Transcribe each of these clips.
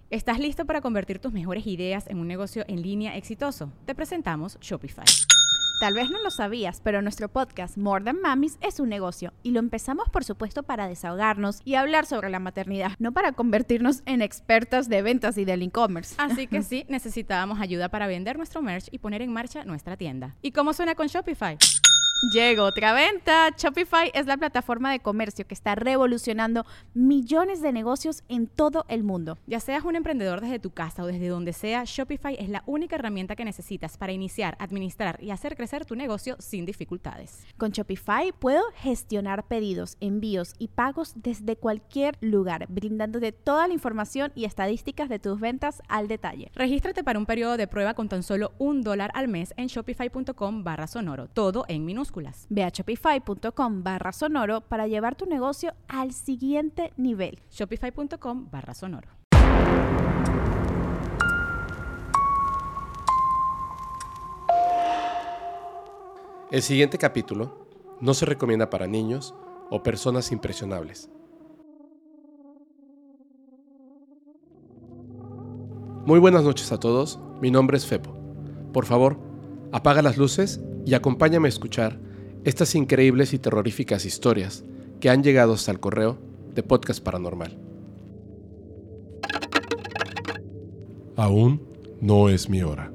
¿Estás listo para convertir tus mejores ideas en un negocio en línea exitoso? Te presentamos Shopify. Tal vez no lo sabías, pero nuestro podcast More Than Mamis es un negocio y lo empezamos por supuesto para desahogarnos y hablar sobre la maternidad, no para convertirnos en expertas de ventas y del e-commerce. Así que sí, necesitábamos ayuda para vender nuestro merch y poner en marcha nuestra tienda. ¿Y cómo suena con Shopify? Llegó otra venta. Shopify es la plataforma de comercio que está revolucionando millones de negocios en todo el mundo. Ya seas un emprendedor desde tu casa o desde donde sea, Shopify es la única herramienta que necesitas para iniciar, administrar y hacer crecer tu negocio sin dificultades. Con Shopify puedo gestionar pedidos, envíos y pagos desde cualquier lugar, brindándote toda la información y estadísticas de tus ventas al detalle. Regístrate para un periodo de prueba con tan solo $1 al mes en shopify.com/sonoro, todo en minúsculas. Ve a shopify.com/sonoro para llevar tu negocio al siguiente nivel. Shopify.com/sonoro. El siguiente capítulo no se recomienda para niños o personas impresionables. Muy buenas noches a todos, mi nombre es Fepo. Por favor, apaga las luces y acompáñame a escuchar estas increíbles y terroríficas historias que han llegado hasta el correo de Podcast Paranormal. Aún no es mi hora.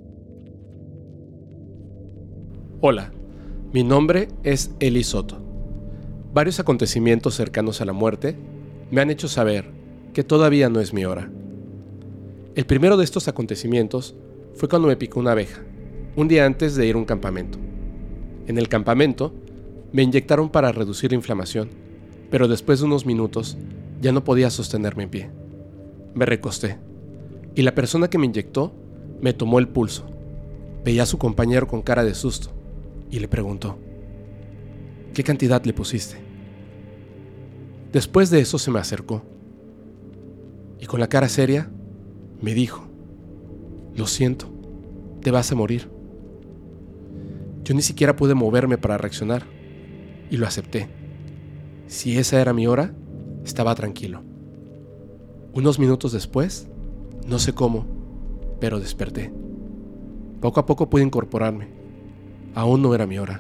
Hola, mi nombre es Eli Soto. Varios acontecimientos cercanos a la muerte me han hecho saber que todavía no es mi hora. El primero de estos acontecimientos fue cuando me picó una abeja, un día antes de ir a un campamento. En el campamento me inyectaron para reducir la inflamación, pero después de unos minutos ya no podía sostenerme en pie. Me recosté y la persona que me inyectó me tomó el pulso. Veía a su compañero con cara de susto y le preguntó: ¿qué cantidad le pusiste? Después de eso se me acercó y con la cara seria me dijo: lo siento, te vas a morir. Yo ni siquiera pude moverme para reaccionar y lo acepté. Si esa era mi hora, estaba tranquilo. Unos minutos después, no sé cómo, pero desperté. Poco a poco pude incorporarme. Aún no era mi hora.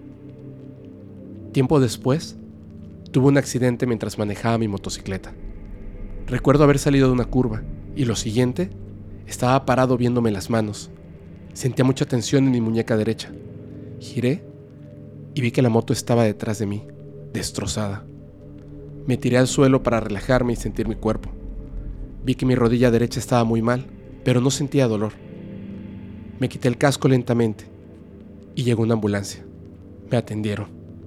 Tiempo después, tuve un accidente mientras manejaba mi motocicleta. Recuerdo haber salido de una curva y lo siguiente, estaba parado viéndome las manos. Sentía mucha tensión en mi muñeca derecha. Giré y vi que la moto estaba detrás de mí, destrozada. Me tiré al suelo para relajarme y sentir mi cuerpo. Vi que mi rodilla derecha estaba muy mal, pero no sentía dolor. Me quité el casco lentamente y llegó una ambulancia. Me atendieron.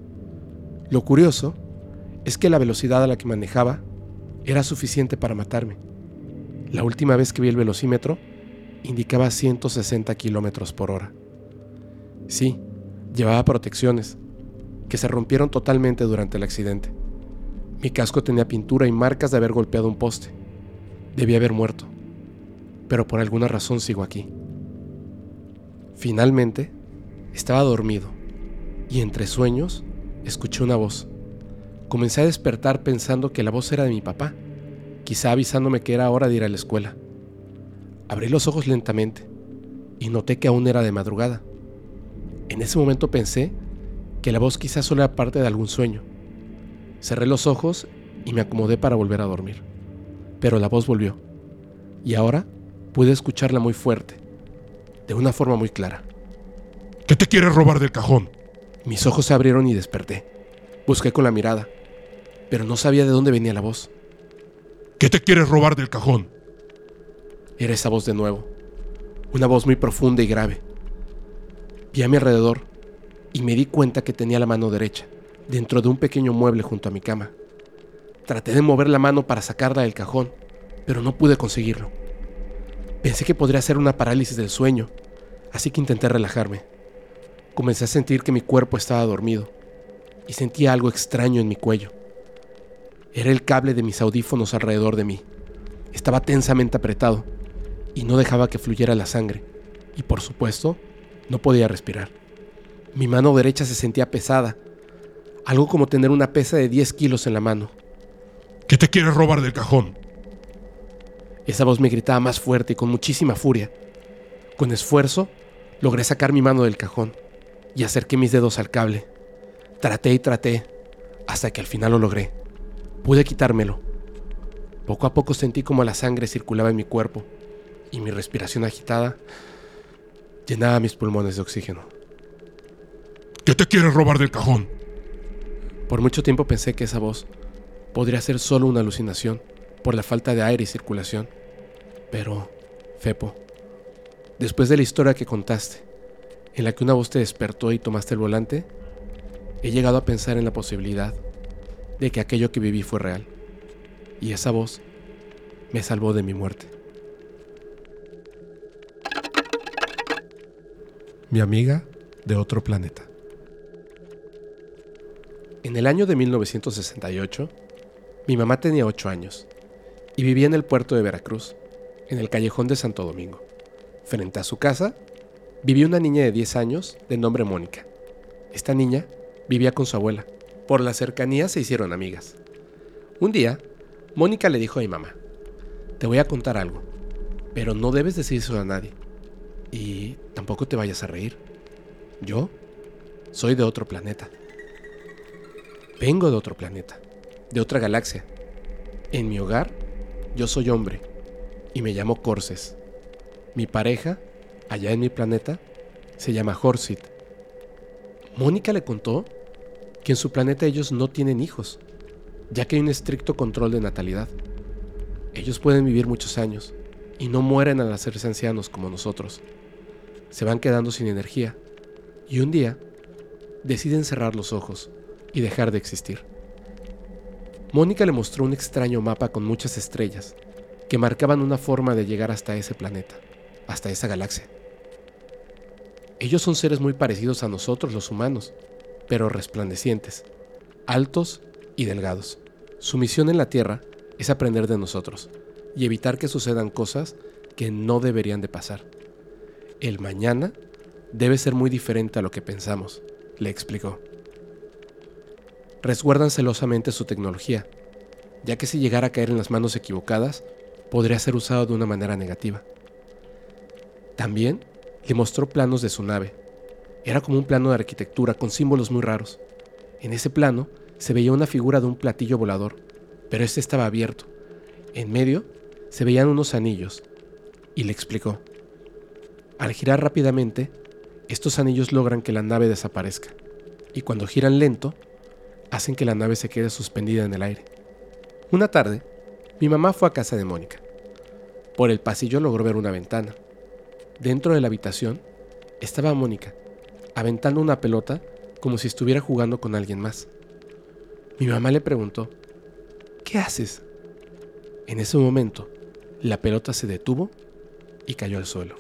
Lo curioso es que la velocidad a la que manejaba era suficiente para matarme. La última vez que vi el velocímetro indicaba 160 kilómetros por hora. Sí, llevaba protecciones, que se rompieron totalmente durante el accidente. Mi casco tenía pintura y marcas de haber golpeado un poste. Debí haber muerto, pero por alguna razón sigo aquí. Finalmente, estaba dormido y entre sueños escuché una voz. Comencé a despertar pensando que la voz era de mi papá, quizá avisándome que era hora de ir a la escuela. Abrí los ojos lentamente y noté que aún era de madrugada. En ese momento pensé que la voz quizás solo era parte de algún sueño. Cerré los ojos y me acomodé para volver a dormir. Pero la voz volvió, y ahora pude escucharla muy fuerte, de una forma muy clara. ¿Qué te quieres robar del cajón? Mis ojos se abrieron y desperté. Busqué con la mirada, pero no sabía de dónde venía la voz. ¿Qué te quieres robar del cajón? Era esa voz de nuevo, una voz muy profunda y grave. Vi a mi alrededor y me di cuenta que tenía la mano derecha dentro de un pequeño mueble junto a mi cama. Traté de mover la mano para sacarla del cajón, pero no pude conseguirlo. Pensé que podría ser una parálisis del sueño, así que intenté relajarme. Comencé a sentir que mi cuerpo estaba dormido y sentía algo extraño en mi cuello. Era el cable de mis audífonos alrededor de mí. Estaba tensamente apretado y no dejaba que fluyera la sangre. Y por supuesto, no podía respirar. Mi mano derecha se sentía pesada, algo como tener una pesa de 10 kilos en la mano. ¿Qué te quieres robar del cajón? Esa voz me gritaba más fuerte y con muchísima furia. Con esfuerzo, logré sacar mi mano del cajón y acerqué mis dedos al cable. Traté y traté, hasta que al final lo logré. Pude quitármelo. Poco a poco sentí como la sangre circulaba en mi cuerpo y mi respiración agitada llenaba mis pulmones de oxígeno. ¿Qué te quieres robar del cajón? Por mucho tiempo pensé que esa voz podría ser solo una alucinación por la falta de aire y circulación. Pero, Fepo, después de la historia que contaste, en la que una voz te despertó y tomaste el volante, he llegado a pensar en la posibilidad de que aquello que viví fue real. Y esa voz me salvó de mi muerte. Mi amiga de otro planeta. En el año de 1968, mi mamá tenía 8 años y vivía en el puerto de Veracruz, en el callejón de Santo Domingo. Frente a su casa, vivía una niña de 10 años de nombre Mónica. Esta niña vivía con su abuela. Por la cercanía se hicieron amigas. Un día, Mónica le dijo a mi mamá: te voy a contar algo, pero no debes decírselo a nadie. Y tampoco te vayas a reír. Yo soy de otro planeta. Vengo de otro planeta, de otra galaxia. En mi hogar, yo soy hombre y me llamo Corses. Mi pareja, allá en mi planeta, se llama Horsit. Mónica le contó que en su planeta ellos no tienen hijos, ya que hay un estricto control de natalidad. Ellos pueden vivir muchos años y no mueren al hacerse ancianos como nosotros. Se van quedando sin energía y un día deciden cerrar los ojos y dejar de existir. Mónica le mostró un extraño mapa con muchas estrellas que marcaban una forma de llegar hasta ese planeta, hasta esa galaxia. Ellos son seres muy parecidos a nosotros los humanos, pero resplandecientes, altos y delgados. Su misión en la Tierra es aprender de nosotros y evitar que sucedan cosas que no deberían de pasar. El mañana debe ser muy diferente a lo que pensamos, le explicó. Resguardan celosamente su tecnología, ya que si llegara a caer en las manos equivocadas, podría ser usado de una manera negativa. También le mostró planos de su nave. Era como un plano de arquitectura con símbolos muy raros. En ese plano se veía una figura de un platillo volador, pero este estaba abierto. En medio se veían unos anillos, y le explicó: al girar rápidamente, estos anillos logran que la nave desaparezca, y cuando giran lento, hacen que la nave se quede suspendida en el aire. Una tarde, mi mamá fue a casa de Mónica. Por el pasillo logró ver una ventana. Dentro de la habitación estaba Mónica, aventando una pelota como si estuviera jugando con alguien más. Mi mamá le preguntó: ¿qué haces? En ese momento, la pelota se detuvo y cayó al suelo.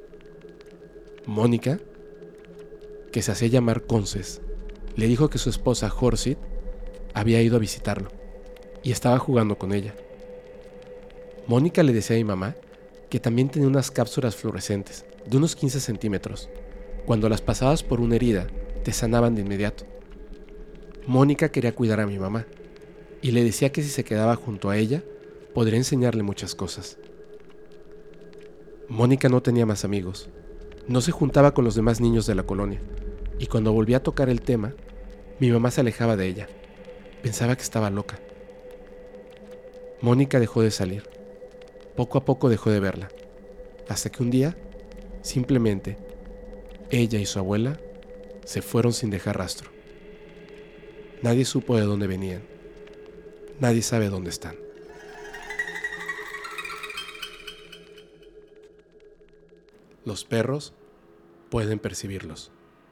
Mónica, que se hacía llamar Conces, le dijo que su esposa Horsit había ido a visitarlo y estaba jugando con ella. Mónica le decía a mi mamá que también tenía unas cápsulas fluorescentes de unos 15 centímetros. Cuando las pasabas por una herida, te sanaban de inmediato. Mónica quería cuidar a mi mamá y le decía que si se quedaba junto a ella, podría enseñarle muchas cosas. Mónica no tenía más amigos. No se juntaba con los demás niños de la colonia, y cuando volvía a tocar el tema, mi mamá se alejaba de ella. Pensaba que estaba loca. Mónica dejó de salir. Poco a poco dejó de verla, hasta que un día, simplemente, ella y su abuela se fueron sin dejar rastro. Nadie supo de dónde venían. Nadie sabe dónde están. Los perros pueden percibirlos.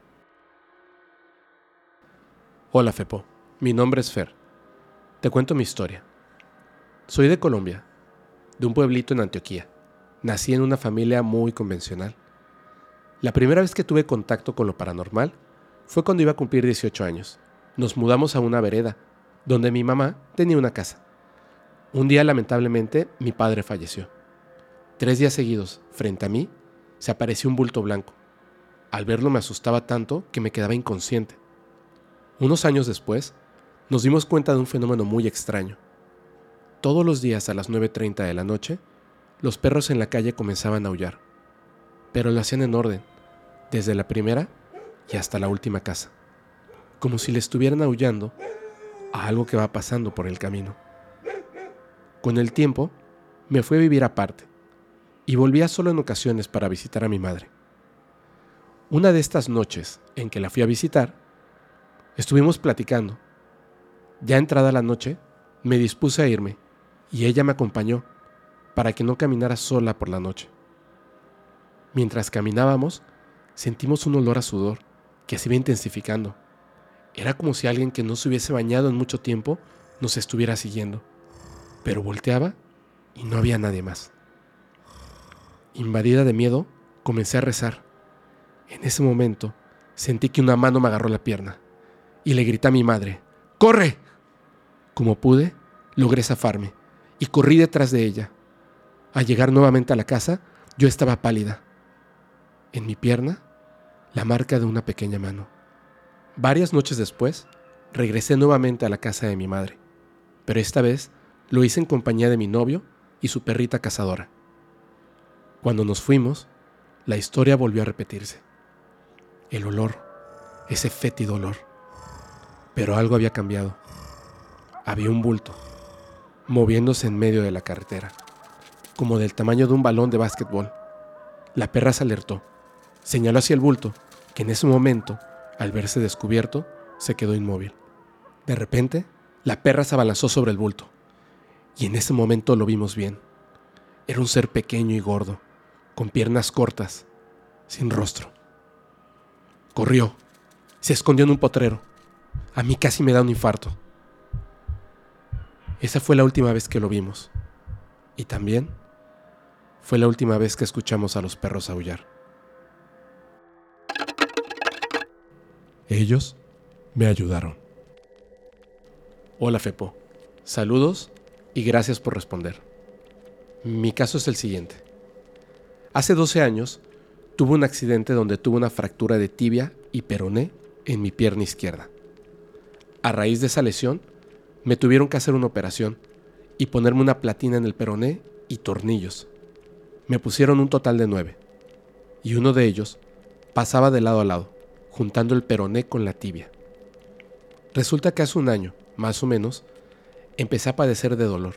Hola, Fepo. Mi nombre es Fer. Te cuento mi historia. Soy de Colombia, de un pueblito en Antioquía. Nací en una familia muy convencional. La primera vez que tuve contacto con lo paranormal fue cuando iba a cumplir 18 años. Nos mudamos a una vereda, donde mi mamá tenía una casa. Un día, lamentablemente, mi padre falleció. 3 días seguidos, frente a mí, se apareció un bulto blanco. Al verlo me asustaba tanto que me quedaba inconsciente. Unos años después, nos dimos cuenta de un fenómeno muy extraño. Todos los días a las 9:30 de la noche, los perros en la calle comenzaban a aullar, pero lo hacían en orden, desde la primera y hasta la última casa, como si le estuvieran aullando a algo que va pasando por el camino. Con el tiempo, me fui a vivir aparte y volvía solo en ocasiones para visitar a mi madre. Una de estas noches en que la fui a visitar, estuvimos platicando. Ya entrada la noche, me dispuse a irme y ella me acompañó para que no caminara sola por la noche. Mientras caminábamos, sentimos un olor a sudor que se iba intensificando. Era como si alguien que no se hubiese bañado en mucho tiempo nos estuviera siguiendo, pero volteaba y no había nadie más. Invadida de miedo, comencé a rezar. En ese momento, sentí que una mano me agarró la pierna y le grité a mi madre: ¡corre! Como pude, logré zafarme y corrí detrás de ella. Al llegar nuevamente a la casa, yo estaba pálida. En mi pierna, la marca de una pequeña mano. Varias noches después, regresé nuevamente a la casa de mi madre, pero esta vez lo hice en compañía de mi novio y su perrita cazadora. Cuando nos fuimos, la historia volvió a repetirse. El olor, ese fétido olor. Pero algo había cambiado. Había un bulto, moviéndose en medio de la carretera, como del tamaño de un balón de básquetbol. La perra se alertó, señaló hacia el bulto, que en ese momento, al verse descubierto, se quedó inmóvil. De repente, la perra se abalanzó sobre el bulto, y en ese momento lo vimos bien. Era un ser pequeño y gordo, con piernas cortas, sin rostro. Corrió, se escondió en un potrero. A mí casi me da un infarto. Esa fue la última vez que lo vimos. Y también fue la última vez que escuchamos a los perros aullar. Ellos me ayudaron. Hola, Fepo. Saludos y gracias por responder. Mi caso es el siguiente. Hace 12 años tuve un accidente donde tuve una fractura de tibia y peroné en mi pierna izquierda. A raíz de esa lesión, me tuvieron que hacer una operación y ponerme una platina en el peroné y tornillos. Me pusieron un total de 9, y uno de ellos pasaba de lado a lado, juntando el peroné con la tibia. Resulta que hace un año, más o menos, empecé a padecer de dolor.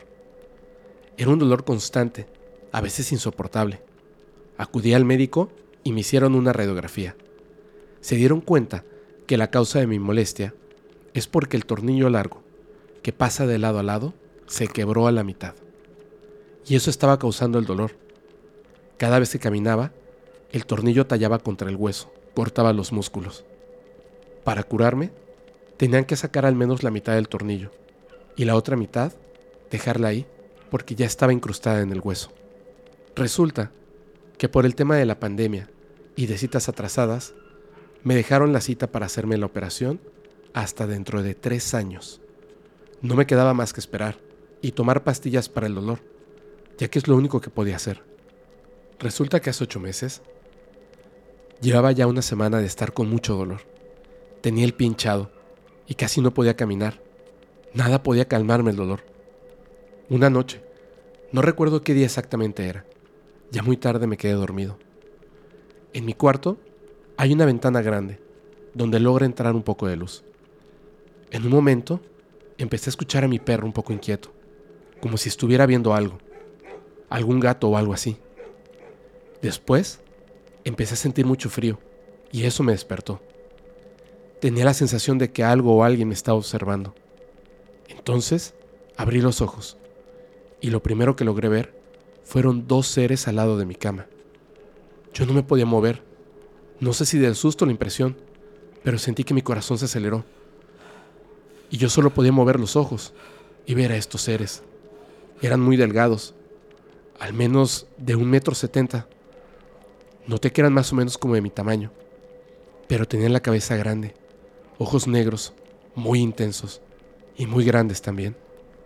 Era un dolor constante, a veces insoportable. Acudí al médico y me hicieron una radiografía. Se dieron cuenta que la causa de mi molestia es porque el tornillo largo, que pasa de lado a lado, se quebró a la mitad. Y eso estaba causando el dolor. Cada vez que caminaba, el tornillo tallaba contra el hueso, cortaba los músculos. Para curarme, tenían que sacar al menos la mitad del tornillo, y la otra mitad, dejarla ahí, porque ya estaba incrustada en el hueso. Resulta que por el tema de la pandemia y de citas atrasadas, me dejaron la cita para hacerme la operación hasta dentro de 3 años. No me quedaba más que esperar y tomar pastillas para el dolor, ya que es lo único que podía hacer. Resulta que hace 8 meses, llevaba ya una semana de estar con mucho dolor. Tenía el pie hinchado y casi no podía caminar. Nada podía calmarme el dolor. Una noche, no recuerdo qué día exactamente era, ya muy tarde me quedé dormido. En mi cuarto hay una ventana grande, donde logra entrar un poco de luz. En un momento, empecé a escuchar a mi perro un poco inquieto, como si estuviera viendo algo, algún gato o algo así. Después, empecé a sentir mucho frío, y eso me despertó. Tenía la sensación de que algo o alguien me estaba observando. Entonces, abrí los ojos, y lo primero que logré ver fueron 2 seres al lado de mi cama. Yo no me podía mover, no sé si del susto o la impresión, pero sentí que mi corazón se aceleró. Y yo solo podía mover los ojos y ver a estos seres. Eran muy delgados, al menos de 1,70 m. Noté que eran más o menos como de mi tamaño, pero tenían la cabeza grande, ojos negros, muy intensos y muy grandes también.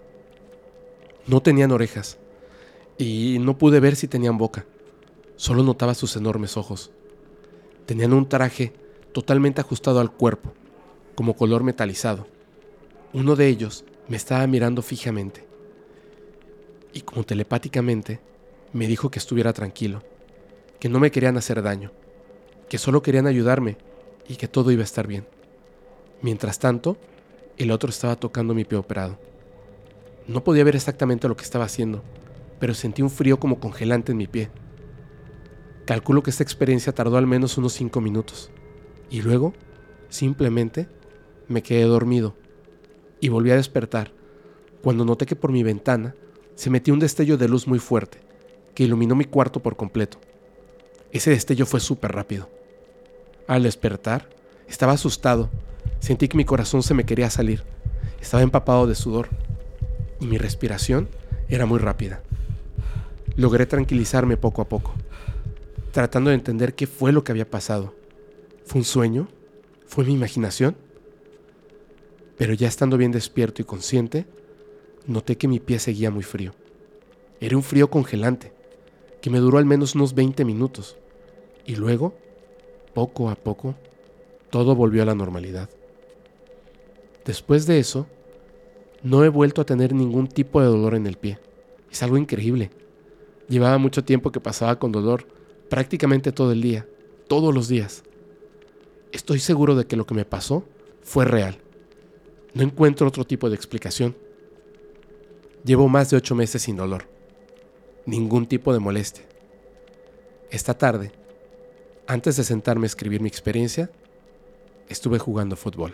No tenían orejas y no pude ver si tenían boca, solo notaba sus enormes ojos. Tenían un traje totalmente ajustado al cuerpo, como color metalizado. Uno de ellos me estaba mirando fijamente y como telepáticamente Me dijo que estuviera tranquilo, que no me querían hacer daño, que solo querían ayudarme y que todo iba a estar bien. Mientras tanto, el otro estaba tocando mi pie operado. No podía ver exactamente lo que estaba haciendo, pero sentí un frío como congelante en mi pie. Calculo que esta experiencia tardó al menos unos 5 minutos, y luego, simplemente, me quedé dormido y volví a despertar cuando noté que por mi ventana se metió un destello de luz muy fuerte que iluminó mi cuarto por completo. Ese destello fue súper rápido. Al despertar, estaba asustado. Sentí que mi corazón se me quería salir. Estaba empapado de sudor y mi respiración era muy rápida. Logré tranquilizarme poco a poco, tratando de entender qué fue lo que había pasado. ¿Fue un sueño? ¿Fue mi imaginación? Pero ya estando bien despierto y consciente, noté que mi pie seguía muy frío. Era un frío congelante, que me duró al menos unos 20 minutos. Y luego, poco a poco, todo volvió a la normalidad. Después de eso, no he vuelto a tener ningún tipo de dolor en el pie. Es algo increíble. Llevaba mucho tiempo que pasaba con dolor, prácticamente todo el día, todos los días. Estoy seguro de que lo que me pasó fue real. No encuentro otro tipo de explicación. Llevo más de 8 meses sin dolor. Ningún tipo de molestia. Esta tarde, antes de sentarme a escribir mi experiencia, estuve jugando fútbol.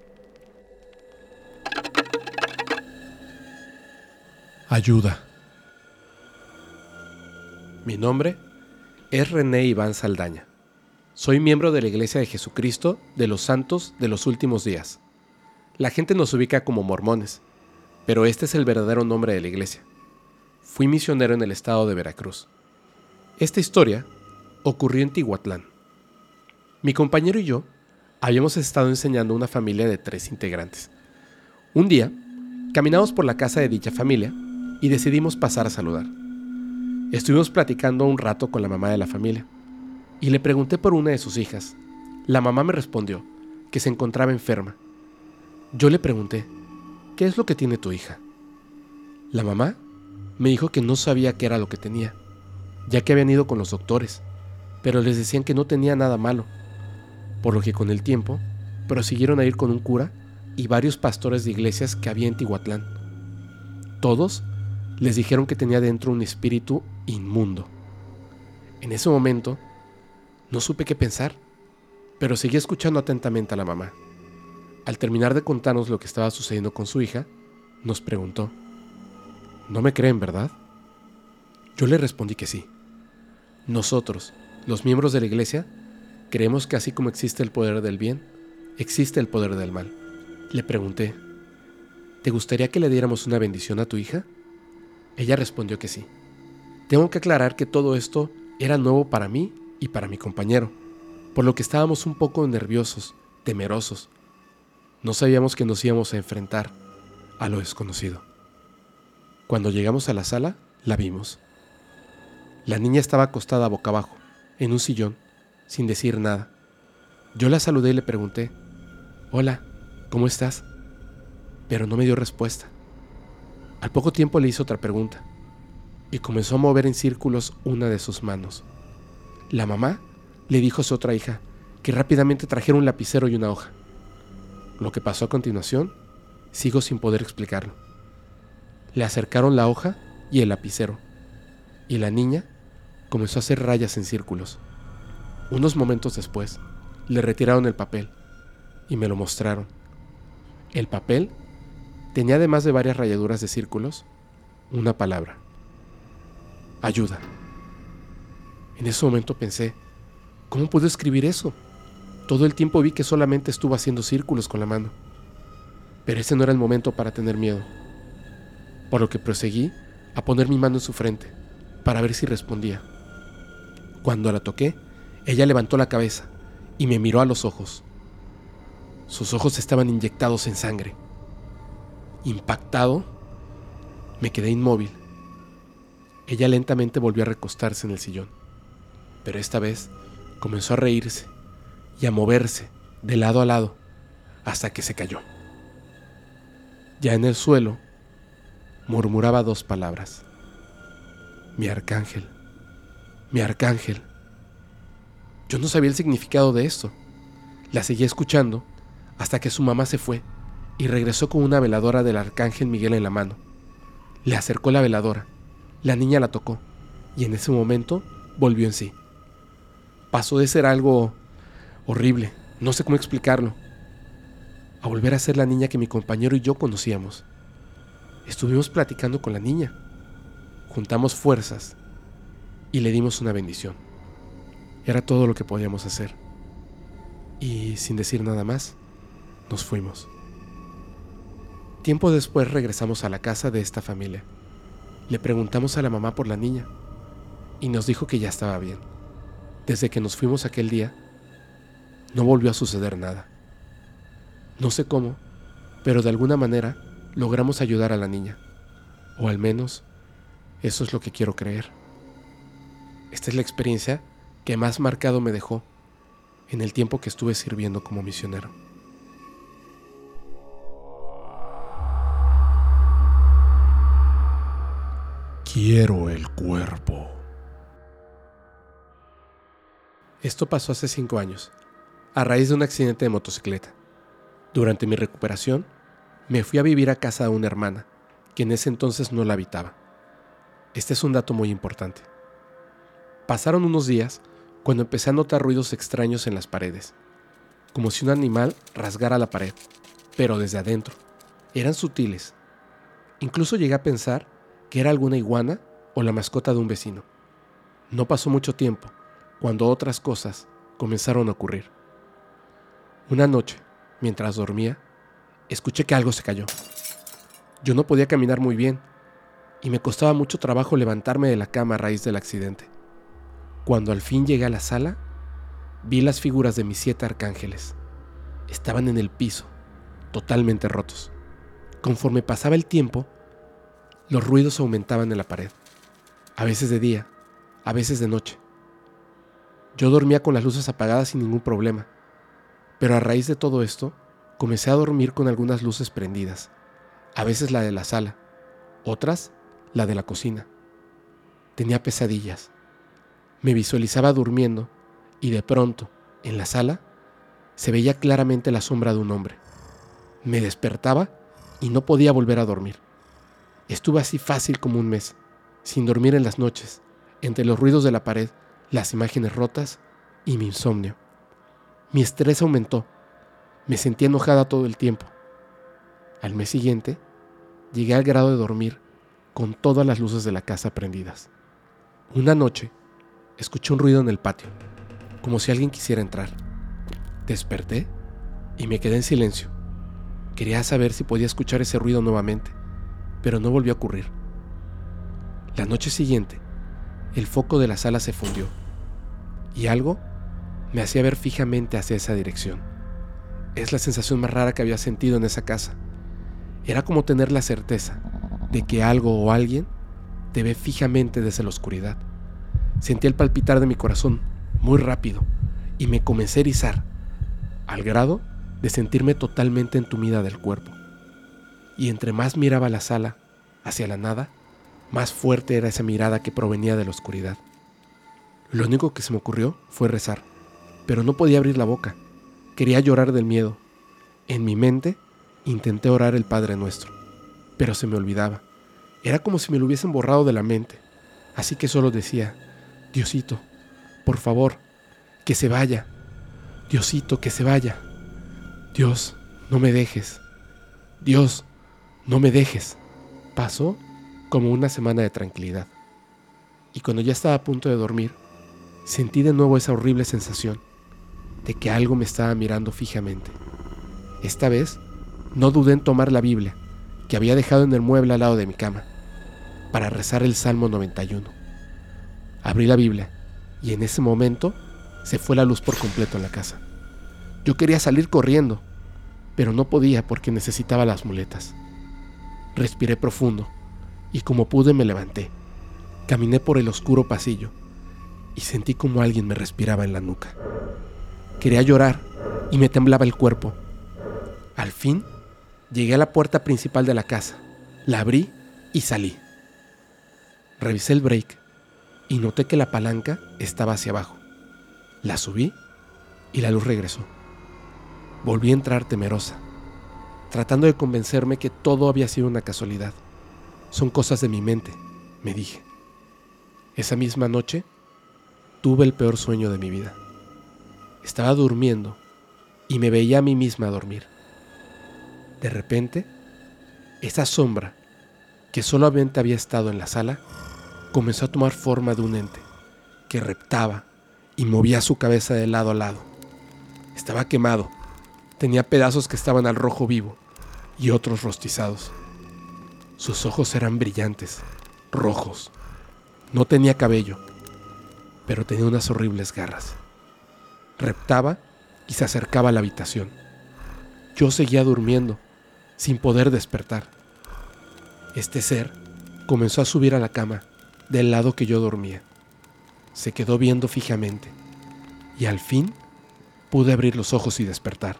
Ayuda. Mi nombre es René Iván Saldaña. Soy miembro de la Iglesia de Jesucristo de los Santos de los Últimos Días. La gente nos ubica como mormones, pero este es el verdadero nombre de la iglesia. Fui misionero en el estado de Veracruz. Esta historia ocurrió en Tihuatlán. Mi compañero y yo habíamos estado enseñando a una familia de 3 integrantes. Un día, caminamos por la casa de dicha familia y decidimos pasar a saludar. Estuvimos platicando un rato con la mamá de la familia y le pregunté por una de sus hijas. La mamá me respondió que se encontraba enferma. Yo le pregunté, ¿qué es lo que tiene tu hija? La mamá me dijo que no sabía qué era lo que tenía, ya que habían ido con los doctores, pero les decían que no tenía nada malo, por lo que con el tiempo prosiguieron a ir con un cura y varios pastores de iglesias que había en Tihuatlán. Todos les dijeron que tenía dentro un espíritu inmundo. En ese momento no supe qué pensar, pero seguí escuchando atentamente a la mamá. Al terminar de contarnos lo que estaba sucediendo con su hija, nos preguntó, ¿no me creen, verdad? Yo le respondí que sí. Nosotros, los miembros de la iglesia, creemos que así como existe el poder del bien, existe el poder del mal. Le pregunté, ¿te gustaría que le diéramos una bendición a tu hija? Ella respondió que sí. Tengo que aclarar que todo esto era nuevo para mí y para mi compañero, por lo que estábamos un poco nerviosos, temerosos. No sabíamos que nos íbamos a enfrentar a lo desconocido. Cuando llegamos a la sala, la vimos. La niña estaba acostada boca abajo, en un sillón, sin decir nada. Yo la saludé y le pregunté, «Hola, ¿cómo estás?», pero no me dio respuesta. Al poco tiempo le hice otra pregunta, y comenzó a mover en círculos una de sus manos. La mamá le dijo a su otra hija que rápidamente trajera un lapicero y una hoja. Lo que pasó a continuación, sigo sin poder explicarlo. Le acercaron la hoja y el lapicero, y la niña comenzó a hacer rayas en círculos. Unos momentos después, le retiraron el papel y me lo mostraron. El papel tenía, además de varias rayaduras de círculos, una palabra: ayuda. En ese momento pensé, ¿cómo puedo escribir eso? Todo el tiempo vi que solamente estuvo haciendo círculos con la mano. Pero ese no era el momento para tener miedo, por lo que proseguí a poner mi mano en su frente para ver si respondía. Cuando la toqué, ella levantó la cabeza y me miró a los ojos. Sus ojos estaban inyectados en sangre. Impactado, me quedé inmóvil. Ella lentamente volvió a recostarse en el sillón, pero esta vez comenzó a reírse y a moverse de lado a lado hasta que se cayó. Ya en el suelo, murmuraba 2 palabras: mi arcángel. mi arcángel. Yo no sabía el significado de esto. La seguía escuchando hasta que su mamá se fue y regresó con una veladora del arcángel Miguel en la mano. Le acercó la veladora, la niña la tocó y en ese momento volvió en sí. Pasó de ser algo horrible, no sé cómo explicarlo, a volver a ser la niña que mi compañero y yo conocíamos. Estuvimos platicando con la niña, juntamos fuerzas y le dimos una bendición. Era todo lo que podíamos hacer. Y sin decir nada más, nos fuimos. Tiempo después regresamos a la casa de esta familia. Le preguntamos a la mamá por la niña y nos dijo que ya estaba bien. Desde que nos fuimos aquel día, no volvió a suceder nada. No sé cómo, pero de alguna manera logramos ayudar a la niña. O al menos, eso es lo que quiero creer. Esta es la experiencia que más marcado me dejó en el tiempo que estuve sirviendo como misionero. Quiero el cuerpo. Esto pasó hace 5 años, a raíz de un accidente de motocicleta. Durante mi recuperación, me fui a vivir a casa de una hermana, que en ese entonces no la habitaba. Este es un dato muy importante. Pasaron unos días cuando empecé a notar ruidos extraños en las paredes, como si un animal rasgara la pared, pero desde adentro. Eran sutiles. Incluso llegué a pensar que era alguna iguana o la mascota de un vecino. No pasó mucho tiempo cuando otras cosas comenzaron a ocurrir. Una noche, mientras dormía, escuché que algo se cayó. Yo no podía caminar muy bien y me costaba mucho trabajo levantarme de la cama a raíz del accidente. Cuando al fin llegué a la sala, vi las figuras de mis 7 arcángeles. Estaban en el piso, totalmente rotos. Conforme pasaba el tiempo, los ruidos aumentaban en la pared, a veces de día, a veces de noche. Yo dormía con las luces apagadas sin ningún problema, pero a raíz de todo esto, comencé a dormir con algunas luces prendidas, a veces la de la sala, otras la de la cocina. Tenía pesadillas. Me visualizaba durmiendo y de pronto, en la sala, se veía claramente la sombra de un hombre. Me despertaba y no podía volver a dormir. Estuve así fácil como un mes, sin dormir en las noches, entre los ruidos de la pared, las imágenes rotas y mi insomnio. Mi estrés aumentó. Me sentía enojada todo el tiempo. Al mes siguiente, llegué al grado de dormir con todas las luces de la casa prendidas. Una noche, escuché un ruido en el patio, como si alguien quisiera entrar. Desperté y me quedé en silencio. Quería saber si podía escuchar ese ruido nuevamente, pero no volvió a ocurrir. La noche siguiente, el foco de la sala se fundió y algo me hacía ver fijamente hacia esa dirección. Es la sensación más rara que había sentido en esa casa. Era como tener la certeza de que algo o alguien te ve fijamente desde la oscuridad. Sentí el palpitar de mi corazón muy rápido y me comencé a erizar, al grado de sentirme totalmente entumida del cuerpo. Y entre más miraba la sala hacia la nada, más fuerte era esa mirada que provenía de la oscuridad. Lo único que se me ocurrió fue rezar, pero no podía abrir la boca. Quería llorar del miedo. En mi mente intenté orar el Padre Nuestro, pero se me olvidaba. Era como si me lo hubiesen borrado de la mente, así que solo decía: Diosito, por favor, que se vaya. Diosito, que se vaya. Dios, no me dejes. Dios, no me dejes. Pasó como una semana de tranquilidad. Y cuando ya estaba a punto de dormir, sentí de nuevo esa horrible sensación de que algo me estaba mirando fijamente. Esta vez, no dudé en tomar la Biblia, que había dejado en el mueble al lado de mi cama, para rezar el Salmo 91. Abrí la Biblia y en ese momento se fue la luz por completo en la casa. Yo quería salir corriendo, pero no podía porque necesitaba las muletas. Respiré profundo y como pude me levanté. Caminé por el oscuro pasillo y sentí como alguien me respiraba en la nuca. Quería llorar y me temblaba el cuerpo. Al fin, llegué a la puerta principal de la casa, la abrí y salí. Revisé el break y noté que la palanca estaba hacia abajo. La subí y la luz regresó. Volví a entrar temerosa, tratando de convencerme que todo había sido una casualidad. Son cosas de mi mente, me dije. Esa misma noche tuve el peor sueño de mi vida. Estaba durmiendo y me veía a mí misma dormir. De repente, esa sombra, que solamente había estado en la sala, comenzó a tomar forma de un ente que reptaba y movía su cabeza de lado a lado. Estaba quemado, tenía pedazos que estaban al rojo vivo y otros rostizados. Sus ojos eran brillantes, rojos. No tenía cabello, pero tenía unas horribles garras. Reptaba y se acercaba a la habitación. Yo seguía durmiendo, sin poder despertar. Este ser comenzó a subir a la cama del lado que yo dormía. Se quedó viendo fijamente y al fin pude abrir los ojos y despertar.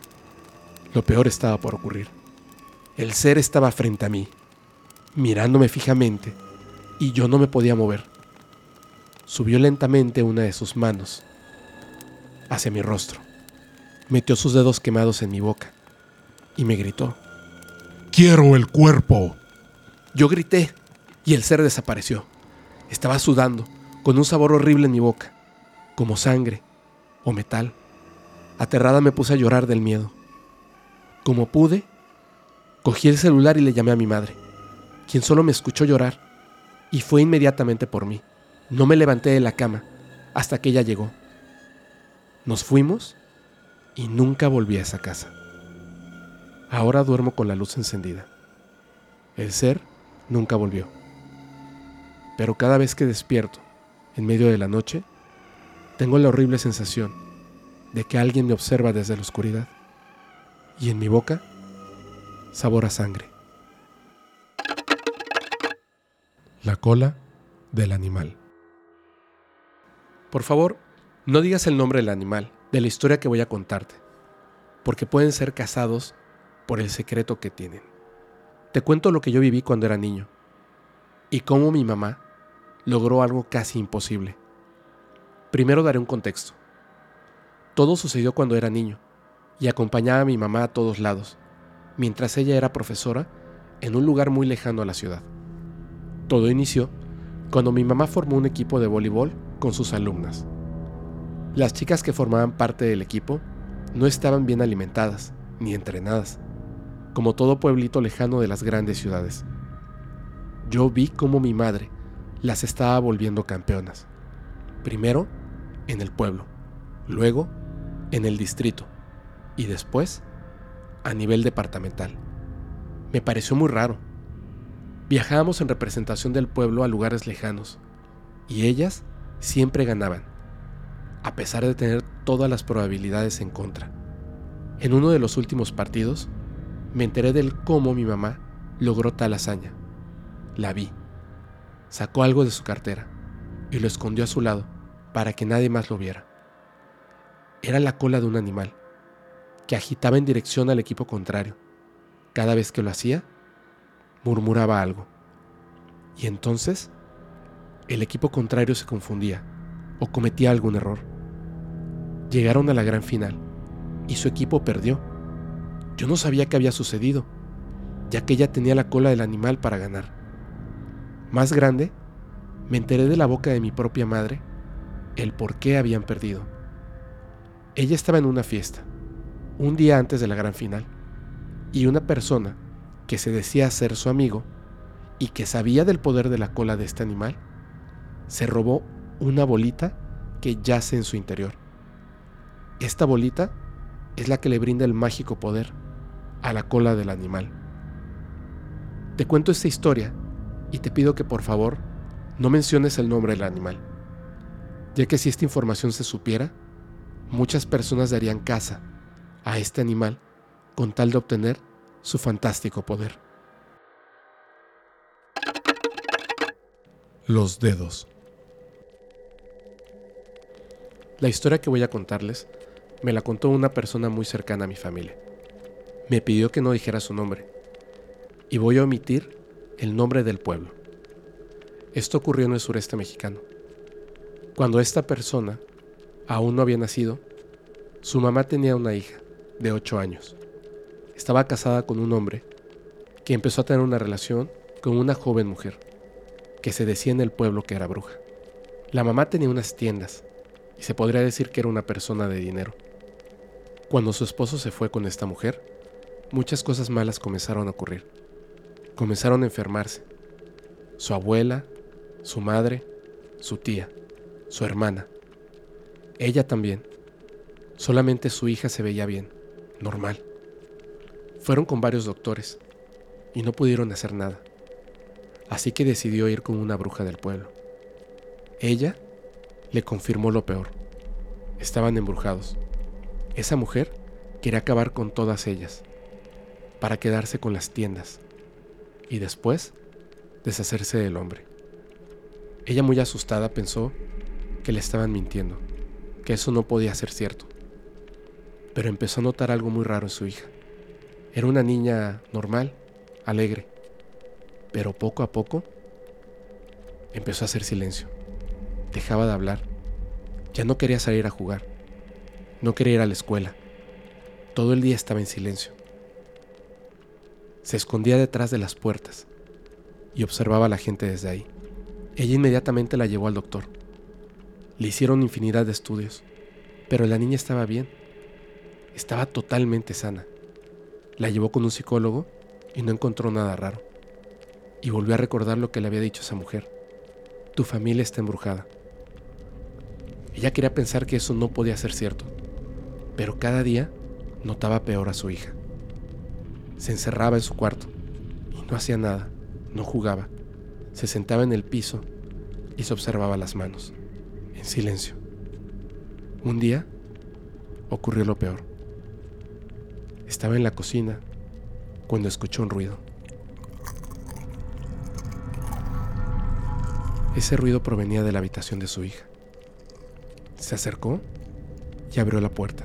Lo peor estaba por ocurrir. El ser estaba frente a mí, mirándome fijamente, y yo no me podía mover. Subió lentamente una de sus manos hacia mi rostro, metió sus dedos quemados en mi boca y me gritó: ¡Quiero el cuerpo! Yo grité y el ser desapareció. Estaba sudando, con un sabor horrible en mi boca, como sangre o metal. Aterrada me puse a llorar del miedo. Como pude, cogí el celular y le llamé a mi madre, quien solo me escuchó llorar y fue inmediatamente por mí. No me levanté de la cama hasta que ella llegó. Nos fuimos y nunca volví a esa casa. Ahora duermo con la luz encendida. El ser nunca volvió. Pero cada vez que despierto, en medio de la noche, tengo la horrible sensación de que alguien me observa desde la oscuridad. Y en mi boca, sabor a sangre. La cola del animal. Por favor, no digas el nombre del animal, de la historia que voy a contarte, porque pueden ser cazados por el secreto que tienen. Te cuento lo que yo viví cuando era niño y cómo mi mamá logró algo casi imposible. Primero daré un contexto. Todo sucedió cuando era niño y acompañaba a mi mamá a todos lados, mientras ella era profesora en un lugar muy lejano a la ciudad. Todo inició cuando mi mamá formó un equipo de voleibol con sus alumnas. Las chicas que formaban parte del equipo no estaban bien alimentadas ni entrenadas, como todo pueblito lejano de las grandes ciudades. Yo vi cómo mi madre las estaba volviendo campeonas. Primero en el pueblo, luego en el distrito y después a nivel departamental. Me pareció muy raro. Viajábamos en representación del pueblo a lugares lejanos y ellas siempre ganaban, a pesar de tener todas las probabilidades en contra. En uno de los últimos partidos, me enteré del cómo mi mamá logró tal hazaña. La vi. Sacó algo de su cartera y lo escondió a su lado para que nadie más lo viera. Era la cola de un animal que agitaba en dirección al equipo contrario. Cada vez que lo hacía, murmuraba algo. Y entonces, el equipo contrario se confundía o cometía algún error. Llegaron a la gran final y su equipo perdió. Yo no sabía qué había sucedido, ya que ella tenía la cola del animal para ganar. Más grande, me enteré de la boca de mi propia madre el por qué habían perdido. Ella estaba en una fiesta, un día antes de la gran final, y una persona que se decía ser su amigo y que sabía del poder de la cola de este animal, se robó una bolita que yace en su interior. Esta bolita es la que le brinda el mágico poder a la cola del animal. Te cuento esta historia y te pido que por favor no menciones el nombre del animal, ya que si esta información se supiera, muchas personas darían caza a este animal con tal de obtener su fantástico poder. Los dedos. La historia que voy a contarles me la contó una persona muy cercana a mi familia. Me pidió que no dijera su nombre y voy a omitir el nombre del pueblo. Esto ocurrió en el sureste mexicano, Cuando esta persona aún no había nacido, su mamá tenía una hija de 8 años. Estaba casada con un hombre que empezó a tener una relación con una joven mujer que se decía en el pueblo que era bruja. La mamá tenía unas tiendas y se podría decir que era una persona de dinero. Cuando su esposo se fue con esta mujer, muchas cosas malas comenzaron a ocurrir. Comenzaron a enfermarse. Su abuela, su madre, su tía, su hermana. Ella también. Solamente su hija se veía bien, normal. Fueron con varios doctores y no pudieron hacer nada. Así que decidió ir con una bruja del pueblo. Ella le confirmó lo peor. Estaban embrujados. Esa mujer quería acabar con todas ellas para quedarse con las tiendas y después deshacerse del hombre. Ella, muy asustada, pensó que le estaban mintiendo, que eso no podía ser cierto. Pero empezó a notar algo muy raro en su hija. Era una niña normal, alegre, pero poco a poco empezó a hacer silencio. Dejaba de hablar. Ya no quería salir a jugar. No quería ir a la escuela. Todo el día estaba en silencio. Se escondía detrás de las puertas y observaba a la gente desde ahí. Ella inmediatamente la llevó al doctor. Le hicieron infinidad de estudios, pero la niña estaba bien. Estaba totalmente sana. La llevó con un psicólogo y no encontró nada raro. Y volvió a recordar lo que le había dicho esa mujer. Tu familia está embrujada. Ella quería pensar que eso no podía ser cierto, pero cada día notaba peor a su hija. Se encerraba en su cuarto y no hacía nada, no jugaba. Se sentaba en el piso y se observaba las manos, en silencio. Un día ocurrió lo peor. Estaba en la cocina cuando escuchó un ruido. Ese ruido provenía de la habitación de su hija. Se acercó y abrió la puerta.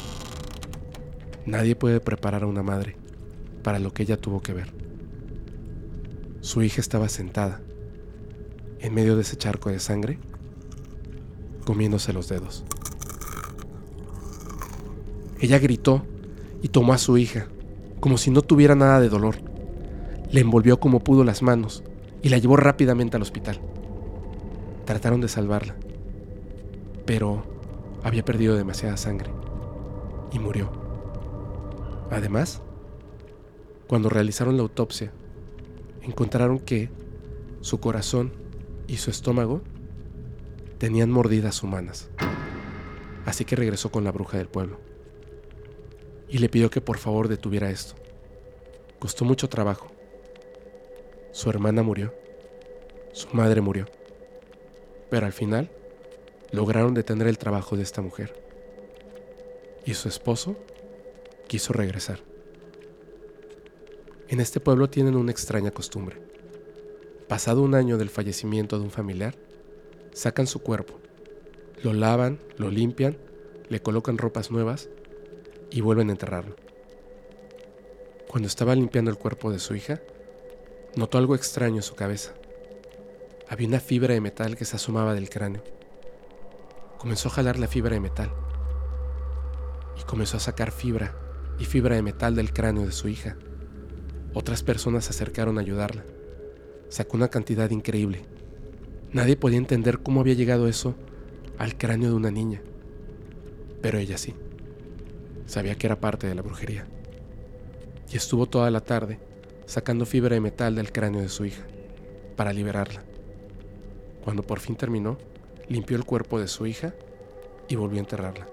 Nadie puede preparar a una madre para lo que ella tuvo que ver. Su hija estaba sentada en medio de ese charco de sangre, comiéndose los dedos. Ella gritó y tomó a su hija, como si no tuviera nada de dolor. Le envolvió como pudo las manos y la llevó rápidamente al hospital. Trataron de salvarla, pero había perdido demasiada sangre y murió. Además, cuando realizaron la autopsia, encontraron que su corazón y su estómago tenían mordidas humanas. Así que regresó con la bruja del pueblo y le pidió que por favor detuviera esto. Costó mucho trabajo. Su hermana murió, su madre murió, pero al final lograron detener el trabajo de esta mujer. Y su esposo quiso regresar. En este pueblo tienen una extraña costumbre. Pasado un año del fallecimiento de un familiar, sacan su cuerpo, lo lavan, lo limpian, le colocan ropas nuevas y vuelven a enterrarlo. Cuando estaba limpiando el cuerpo de su hija, notó algo extraño en su cabeza. Había una fibra de metal que se asomaba del cráneo. Comenzó a jalar la fibra de metal y comenzó a sacar fibra y fibra de metal del cráneo de su hija. Otras personas se acercaron a ayudarla. Sacó una cantidad increíble. Nadie podía entender cómo había llegado eso al cráneo de una niña, pero ella sí. Sabía que era parte de la brujería. Y estuvo toda la tarde sacando fibra de metal del cráneo de su hija para liberarla. Cuando por fin terminó, limpió el cuerpo de su hija y volvió a enterrarla.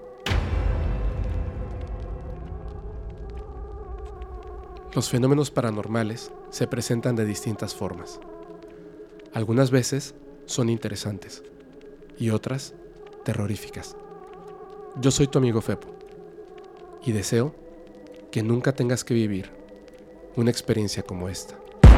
Los fenómenos paranormales se presentan de distintas formas. Algunas veces son interesantes y otras terroríficas. Yo soy tu amigo Fepo y deseo que nunca tengas que vivir una experiencia como esta.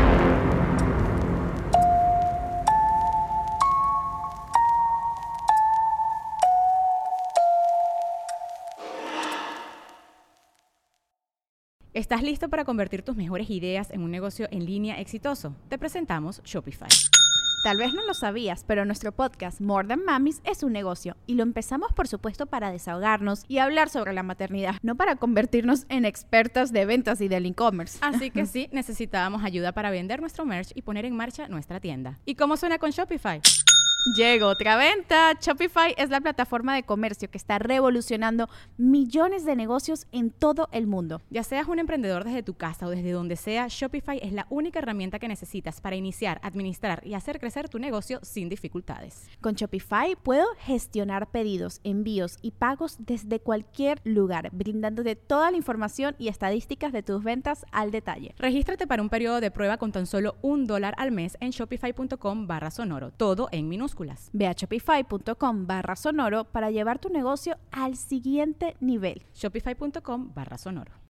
¿Estás listo para convertir tus mejores ideas en un negocio en línea exitoso? Te presentamos Shopify. Tal vez no lo sabías, pero nuestro podcast More Than Mamis es un negocio y lo empezamos por supuesto para desahogarnos y hablar sobre la maternidad, no para convertirnos en expertas de ventas y del e-commerce. Así que sí, necesitábamos ayuda para vender nuestro merch y poner en marcha nuestra tienda. ¿Y cómo suena con Shopify? Llegó otra venta. Shopify es la plataforma de comercio que está revolucionando millones de negocios en todo el mundo. Ya seas un emprendedor desde tu casa o desde donde sea, Shopify es la única herramienta que necesitas para iniciar, administrar y hacer crecer tu negocio sin dificultades. Con Shopify puedo gestionar pedidos, envíos y pagos desde cualquier lugar, brindándote toda la información y estadísticas de tus ventas al detalle. Regístrate para un periodo de prueba con tan solo $1 al mes en shopify.com/sonoro, todo en minúsculas. Ve a shopify.com/sonoro para llevar tu negocio al siguiente nivel. Shopify.com/sonoro.